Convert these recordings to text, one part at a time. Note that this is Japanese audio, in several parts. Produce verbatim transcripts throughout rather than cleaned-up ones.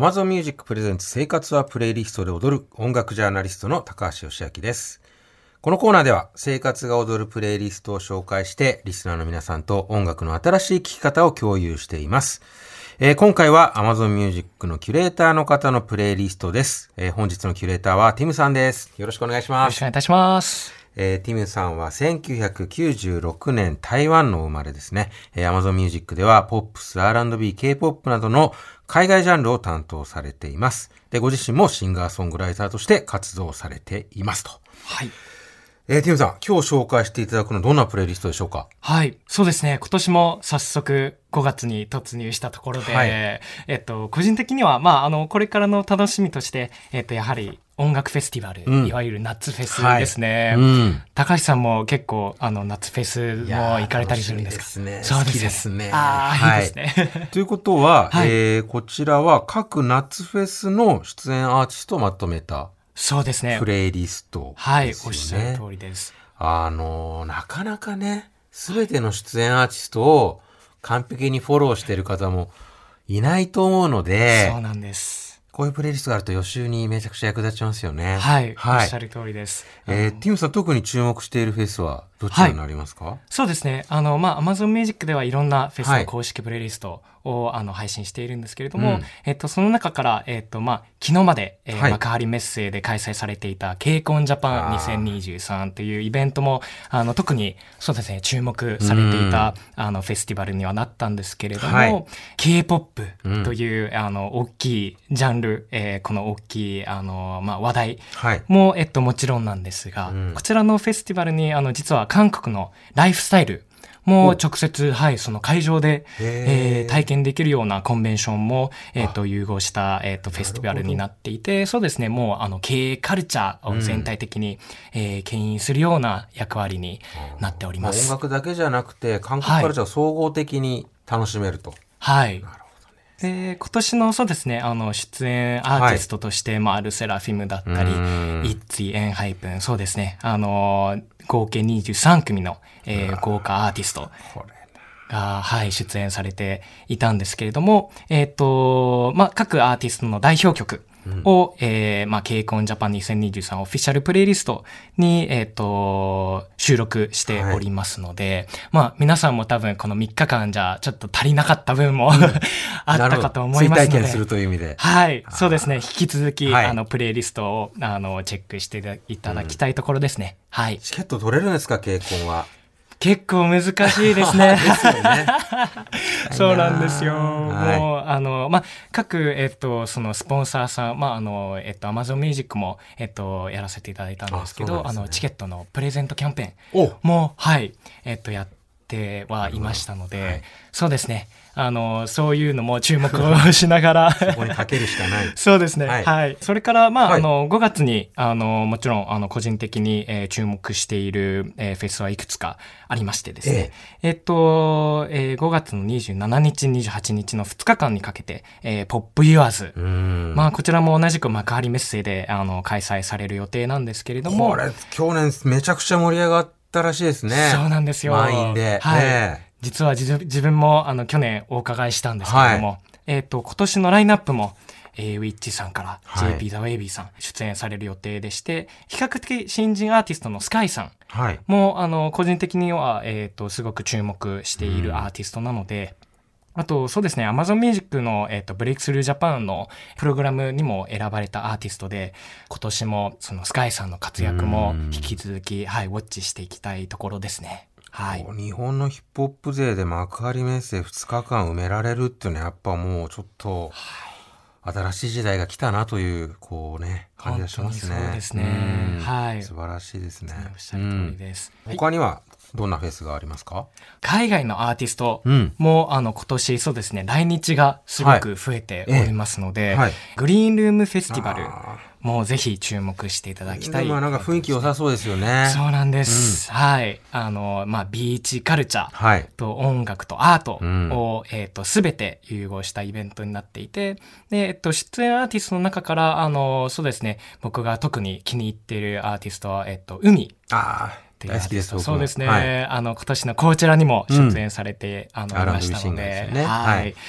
Amazon Music プレゼンツ生活はプレイリストで踊る音楽ジャーナリストの高橋義明です。このコーナーでは生活が踊るプレイリストを紹介してリスナーの皆さんと音楽の新しい聴き方を共有しています。えー、今回は Amazon Music のキュレーターの方のプレイリストです。えー、本日のキュレーターはティムさんです。よろしくお願いします。 よろしくお願いいたします。 えー、ティムさんはせんきゅうひゃくきゅうじゅうろくねん台湾の生まれですね。えー、Amazon Music ではポップス、アールアンドビー、K-ポップ などの海外ジャンルを担当されています。で、ご自身もシンガーソングライターとして活動されていますと。 はい。 えー、ティムさん、今日紹介していただくのはどんなプレイリストでしょうか？ はい、そうですね。今年も早速ごがつに突入したところで、はい、えっと個人的にはまああのこれからの楽しみとして、えっとやはり音楽フェスティバル、うん、いわゆる夏フェスですね。はい、うん、高橋さんも結構あの夏フェスも行かれたりするんですか？ ですね。 そうですね。 好きですね。 ああ、はい、いいですね。 ということは、 はい、 えー、こちらは各夏フェスの出演アーティストをまとめたそうですね。 プレイリストですよね。 はい、おっしゃる通りです。 あのなかなかね、すべての出演アーティストを完璧にフォローしている方もいないと思うので、 そうなんです。 こういうプレイリストがあると予習にめちゃくちゃ役立ちますよね。 はい、はい、おっしゃる通りです。 えー、ティムさん特に注目しているフェスはどちらになりますか？はい、 そうですね。あの、まあ、Amazon Music ではいろんなフェスの公式プレイリストを、はい、あの配信しているんですけれども、うん、えっと、その中から、えっと、まあ、昨日まで、えーはい、幕張メッセで開催されていた ケーコン ジャパンにせんにじゅうさんというイベントも、あの、特に、そうですね、注目されていた、あの、フェスティバルにはなったんですけれども、はい、K-ポップ という、うん、あの、大きいジャンル、えー、この大きい、あの、まあ、話題も、はい、えっと、もちろんなんですが、うん、こちらのフェスティバルに、あの、実は韓国のライフスタイルもう直接、はい、その会場で、えー、体験できるようなコンベンションも、えっと、融合した、えっと、フェスティバルになっていて、そうですね、もう、あの、経営カルチャーを全体的に、うん、えー、牽引するような役割になっております。 音楽だけじゃなくて、韓国カルチャーを総合的に楽しめると。 はい。なるほど。で今年のそうですね、あの、出演アーティストとして、はい、まあ、アルセラフィムだったり、イッツィ・エンハイプン、そうですね、あの、合計にじゅうさんくみの、えー、豪華アーティストが、はい、出演されていたんですけれども、えっと、まあ、各アーティストの代表曲を、うん、えー、まあ、ケーコン ジャパンにせんにじゅうさんオフィシャルプレイリストに、えっと、収録しておりますので、はい、まあ、皆さんも多分このみっかかんじゃちょっと足りなかった分も、うん、あったかと思いますので。 追体験するという意味で。 はい、そうですね。引き続き、はい、あの、プレイリストを、あの、チェックしていただきたいところですね。うん、はい。 チケット取れるんですか、ケーコンは。 結構難しいですね。 ですよね。 そうなんですよ。はい、もう、あの、まあ、各、えっと、そのスポンサーさん、まあ、あの、えっと、Amazon Music も、えっと、やらせていただいたんですけど、あ、ね、あの、チケットのプレゼントキャンペーンも、はい、えっと、やってはいましたので、はい、そうですね。あの、そういうのも注目をしながら。 そこにかけるしかない。 そうですね。はい。はい、それから、まあ、はい、あの、ごがつに、あの、もちろん、あの、個人的に、えー、注目している、えー、フェスはいくつかありましてですね。えー、えっと、えー、ごがつのにじゅうしちにち、にじゅうはちにちのふつかかんにかけて、えー、ポップユアーズ。まあ、こちらも同じく幕張メッセで、あの、開催される予定なんですけれども。 これ、去年めちゃくちゃ盛り上がったらしいですね。 そうなんですよ。 満員で。 はい。 ね、 実は自分もあの去年お伺いしたんですけれども、はい、えっと、今年のラインナップも、えー、ウィッチさんから ジェイピー ザ・ウェイビーさん出演される予定でして、比較的新人アーティストのスカイさんも、はい、あの、個人的には、えっと、すごく注目しているアーティストなので、うん、あと、そうですね、Amazon Music の、えっと、ブレイクスルージャパンのプログラムにも選ばれたアーティストで、今年もそのスカイさんの活躍も引き続き、はい、ウォッチしていきたいところですね。はい、 日本のヒップホップ勢で幕張メッセふつかかん埋められるっていうのはやっぱもうちょっと新しい時代が来たなというこうね感じがしますね。 そうですね。はい。 素晴らしいですね。 おっしゃる通りです。 うん、他にはどんなフェスがありますか？ 海外のアーティストも、うん、あの今年そうですね来日がすごく増えておりますので、はい、グリーンルームフェスティバルもうぜひ注目していただきたい。 今なんか雰囲気良さそうですよね。 そうなんです。うん、はい。あの、まあ、ビーチカルチャーと音楽とアートを、はい、えっと、すべて融合したイベントになっていて、で、えっと、出演アーティストの中から、あの、そうですね、僕が特に気に入っているアーティストは、えっと、海。 ああ。大好きです。 そうですね、はい。あの、今年のこちらにも出演されて、うん、あの、いましたので、ね、はい。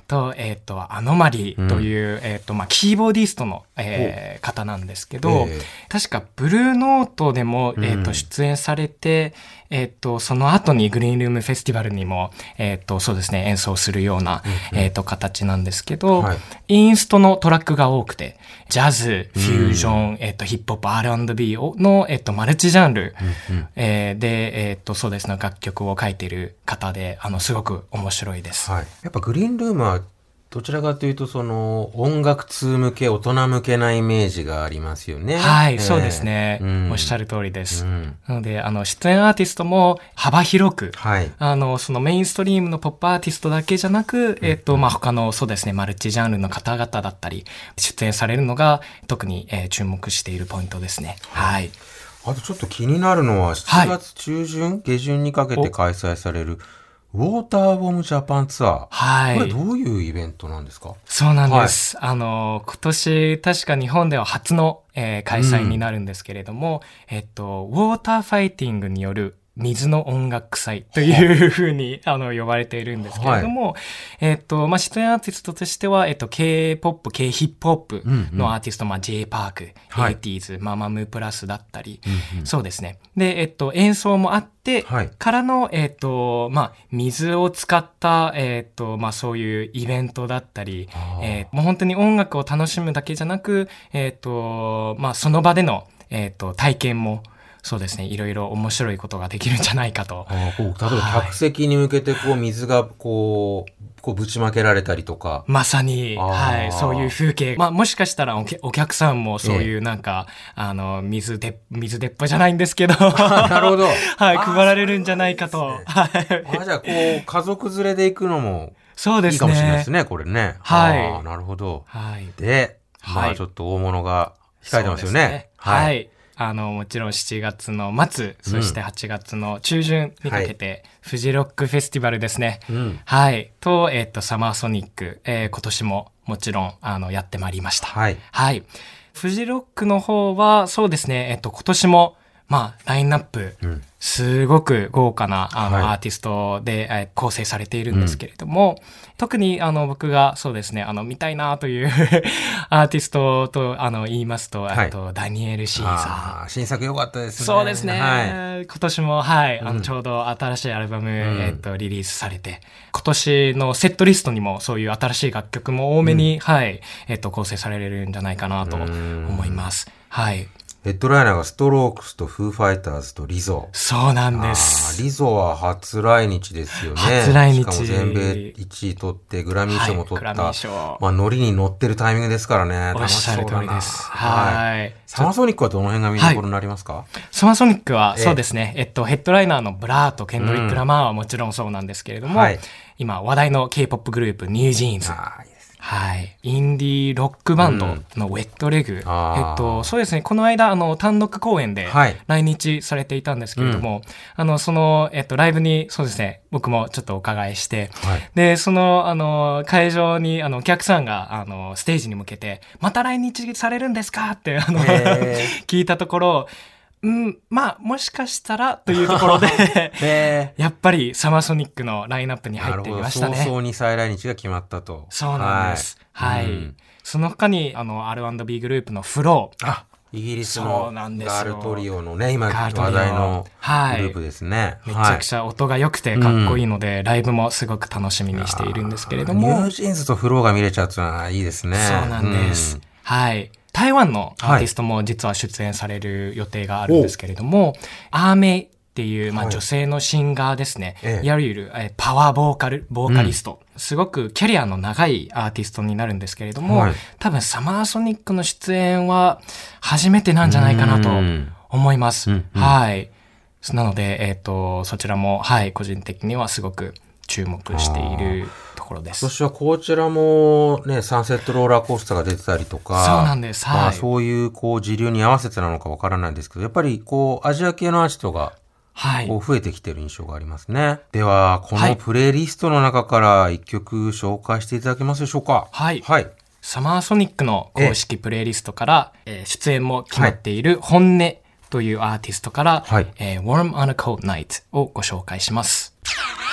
と、えっと、アノマリーという、うん、えっと、まあ、キーボーディストの、えー、方なんですけど、えー、確かブルーノートでも、えっと、出演されて、うん、えっと、その後にグリーンルームフェスティバルにも、えっと、そうですね、演奏するような、うんうん、えっと、形なんですけど、はい、インストのトラックが多くて、ジャズ、フュージョン、うん、えっと、ヒップホップ、アールアンドビー の、えっと、マルチジャンル、うんうん、えー、で、えっと、そうですね、楽曲を書いている方で、あの、すごく面白いです。 はい、やっぱグリーンルームはどちらかというとその音楽通向け大人向けなイメージがありますよね。 はい、えー、そうですね、うん、おっしゃる通りです、うん、なのであの出演アーティストも幅広く、はい、あのそのメインストリームのポップアーティストだけじゃなく、えーとまあ、他のそうですねマルチジャンルの方々だったり出演されるのが特に、えー、注目しているポイントですね。はい、はい、 あとちょっと気になるのはしちがつ中旬、はい、下旬にかけて開催されるウォーターボムジャパンツアー。はい。これどういうイベントなんですか？ そうなんです。はい、あの、今年確か日本では初の、えー、開催になるんですけれども、うん、えっと、ウォーターファイティングによる水の音楽祭というふうにあの呼ばれているんですけれども、はい、えっと、まあ、出演アーティストとしては、えっと、K-ポップ、K-ヒップホップのアーティスト、うんうん、まあ、J パーク、はい、エイティーズ、ママムープラスだったり、うんうん、そうですね。で、えっと、演奏もあって、はい、からの、えっと、まあ、水を使った、えっと、まあ、そういうイベントだったり、えー、もう本当に音楽を楽しむだけじゃなく、えっと、まあ、その場での、えっと、体験も、そうですね、いろいろ面白いことができるんじゃないかと。 あこう例えば客席に向けてこう水がこう、こうぶちまけられたりとか。 まさに、はい、そういう風景。まあもしかしたら お, お客さんもそういうなんか、ええ、あの、水で、水鉄砲じゃないんですけど。 なるほど。 はい、配られるんじゃないかと。はい。 あじゃあこう、家族連れで行くのもいいかもしれないですね、これね。 はい。 なるほど。 はい。 で、まあちょっと大物が控えてますよね。ねはい。はいあの、もちろんしちがつの末、そしてはちがつの中旬にかけて、うん、フジロックフェスティバルですね。うん、はい。と、えっと、サマーソニック、えー、今年ももちろん、あの、やってまいりました。はい。はい。フジロックの方は、そうですね、えっと、今年も、まあ、ラインナップ、うん、すごく豪華なあの、はい、アーティストで、えー、構成されているんですけれども、うん、特にあの僕がそうですね、あの見たいなというアーティストとあの言いますと、はい、あとダニエル・シンさん。新作良かったですね。 そうですね。はい、今年も、はい、あのちょうど新しいアルバム、うん、えっと、リリースされて、今年のセットリストにもそういう新しい楽曲も多めに、うん、はい、えっと、構成されるんじゃないかなと思います。はい。 ヘッドライナーがストロークスとフーファイターズとリゾ。 そうなんです。 リゾは初来日ですよね。 初来日。 しかも全米いちい取ってグラミー賞も取った。はい、グラミー賞。まあノリに乗ってるタイミングですからね。 おっしゃる通りです。 はい。サマーソニックはどの辺が見どころになりますか？はい、 サマーソニックはそうですね。えっと、ヘッドライナーのブラーとケンドリック・ラマーはもちろんそうなんですけれども、はい、今話題の K-ポップ グループニュージーンズ。はい。インディーロックバンドのウェットレグ。うん、えっと、そうですね。この間、あの、単独公演で来日されていたんですけれども、はい、あの、その、えっと、ライブに、そうですね、僕もちょっとお伺いして、はい、で、その、あの、会場に、あの、お客さんが、あの、ステージに向けて、また来日されるんですかって、あの、聞いたところ、うん、まあ、もしかしたらというところで、やっぱりサマーソニックのラインナップに入っていましたね。 早々に再来日が決まったと。 そうなんです。はい。はいうん、その他に、あの、アールアンドビー グループのフロー。 あ、イギリスのガールトリオのね、今話題のグループですね。 はい、めちゃくちゃ音が良くてかっこいいので、うん、ライブもすごく楽しみにしているんですけれども。 ニュージーンズとフローが見れちゃうっていうのはいいですね。 そうなんです。うん、はい。台湾のアーティストも実は出演される予定があるんですけれども、アーメイっていう、まあ、女性のシンガーですね。はい、いわゆるえパワーボーカル、ボーカリスト、うん。すごくキャリアの長いアーティストになるんですけれども、はい、多分サマーソニックの出演は初めてなんじゃないかなと思います。うんうん、はい。なので、えっと、そちらも、はい、個人的にはすごく注目しているところです。 今年はこちらもね、サンセットローラーコースターが出てたりとか、 そうなんです。はい。 まあ、そういうこう時流に合わせてなのかわからないんですけど、やっぱりこうアジア系のアーティストがはい、こう増えてきてる印象がありますね。では、このプレイリストの中から一曲紹介していただけますでしょうか。 はい。はい。サマーソニックの公式プレイリストから、えー、出演も決まっている本音というアーティストから、はいえー、Warm on a Cold Night をご紹介します。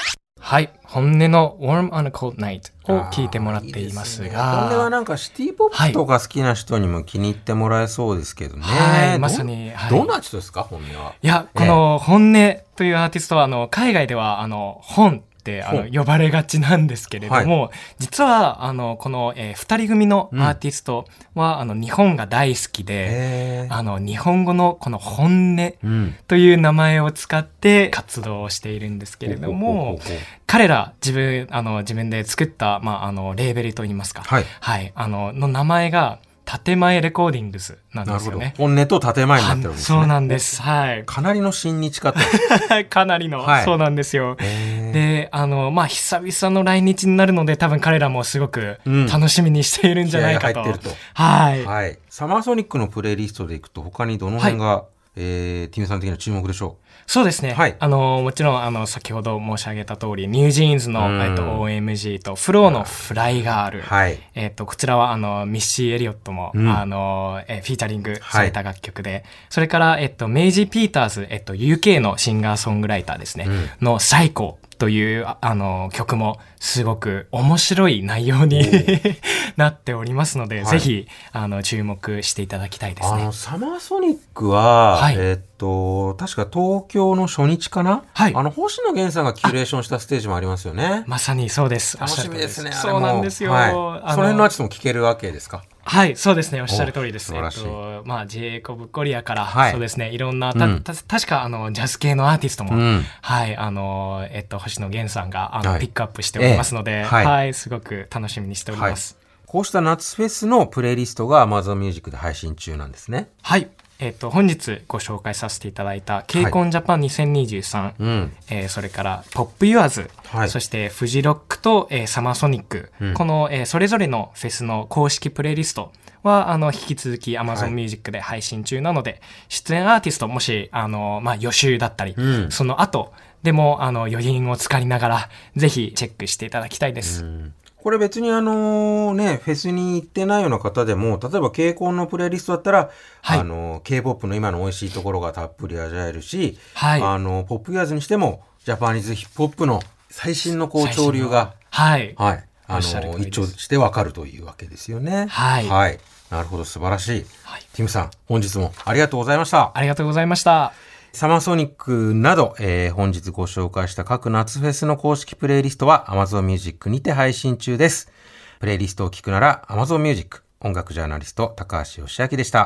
はい、本音の Warm on a Cold Night を聞いてもらっていますが、いいですね、 本音はなんかシティポップとか好きな人にも気に入ってもらえそうですけどね。 はい、まさに。 はい、どんなアーティストですか、本音は。 いや、この本音というアーティストは、あの、海外では、あの、本ってあの呼ばれがちなんですけれども、はい、実はあのこの、えー、ふたり組のアーティストは、うん、あの日本が大好きで、あの日本語のこの本音という名前を使って活動をしているんですけれども、彼ら自分あの自分で作った、まあ、あのレーベルといいますか、はいはい、あのの名前が建前レコーディングスなんですよね。 本音と建前になってるんですね。 そうなんです。はい。 かなりの親日家と。 かなりの、はい、そうなんですよ。で、あの、まあ、久々の来日になるので、多分彼らもすごく楽しみにしているんじゃないかと。うん、気合が入ってると。はい。 はい。サマーソニックのプレイリストでいくと、他にどの辺が、はい、えー、ティムさん的な注目でしょう？ そうですね。はい、あのもちろんあの先ほど申し上げた通り、ニュージーンズの、えっと、オーエムジー とフローのフライガール、はい、えっとこちらはあのミッシー・エリオットも、うん、あのえフィーチャリングされた楽曲で、はい、それからえっとメイジー・ピーターズ、えっと ユーケー のシンガーソングライターですね、うん、のサイコというあの曲もすごく面白い内容になっておりますので、はい、ぜひあの注目していただきたいですね。 あのサマーソニックは、はい、えー、っと確か東京の初日かな、はい、あの星野源さんがキュレーションしたステージもありますよね。 まさにそうです。 楽しみですね。 そうなんですよ。 はい、その辺のアーティストも聴けるわけですか？ はい、そうですね。おっしゃる通りです。えっと、まあ、ジェイコブ・コリアから、はい、そうですね、いろんな、た、うん、た確か、あの、ジャズ系のアーティストも、うん、はい、あの、えっと、星野源さんが、あの、はい、ピックアップしておりますので、えーはい、はい、すごく楽しみにしております。はい、 こうした夏フェスのプレイリストが Amazon Music で配信中なんですね。 はい。えっと、本日ご紹介させていただいた ケーコン ジャパンにせんにじゅうさん、はい、うん、えー、それからポップユアーズ、はい、そしてフジロックと、えー、サマーソニック、うん、この、えー、それぞれのフェスの公式プレイリストはあの引き続き Amazon Music で配信中なので、はい、出演アーティストもしあの、まあ、予習だったり、うん、その後でもあの余韻を使いながらぜひチェックしていただきたいです。うん、 これ別にあのね、フェスに行ってないような方でも、例えば ケーコン のプレイリストだったら、はい、あの K-ポップ の今の美味しいところがたっぷり味わえるし、はい、あのポップユアーズにしてもジャパニーズヒップホップの最新のこう潮流が、はい、はい、あの一聴してわかるというわけですよね。はい、はい、なるほど、素晴らしい。はい、ティムさん、本日もありがとうございました。 ありがとうございました。 サマーソニックなど、えー、本日ご紹介した各夏フェスの公式プレイリストは Amazon Music にて配信中です。プレイリストを聞くなら Amazon Music。音楽ジャーナリスト高橋義明でした。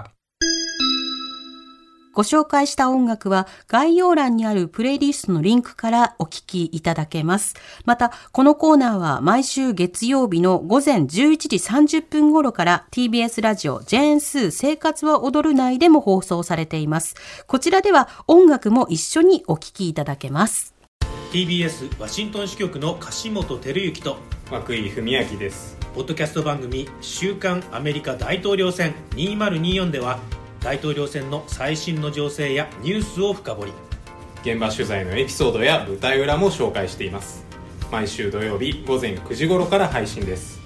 ご紹介した音楽は概要欄にあるプレイリストのリンクからお聞きいただけます。また、このコーナーは毎週月曜日の午前じゅういちじさんじゅっぷん頃から ティービーエス ラジオジェーンスー生活は踊る内でも放送されています。こちらでは音楽も一緒にお聞きいただけます。 ティービーエス ワシントン支局の樫本照之と涌井文明です。 ポッドキャスト番組週刊アメリカ大統領選にせんにじゅうよんでは大統領選の最新の情勢やニュースを深掘り、 現場取材のエピソードや舞台裏も紹介しています。毎週土曜日午前くじ頃から配信です。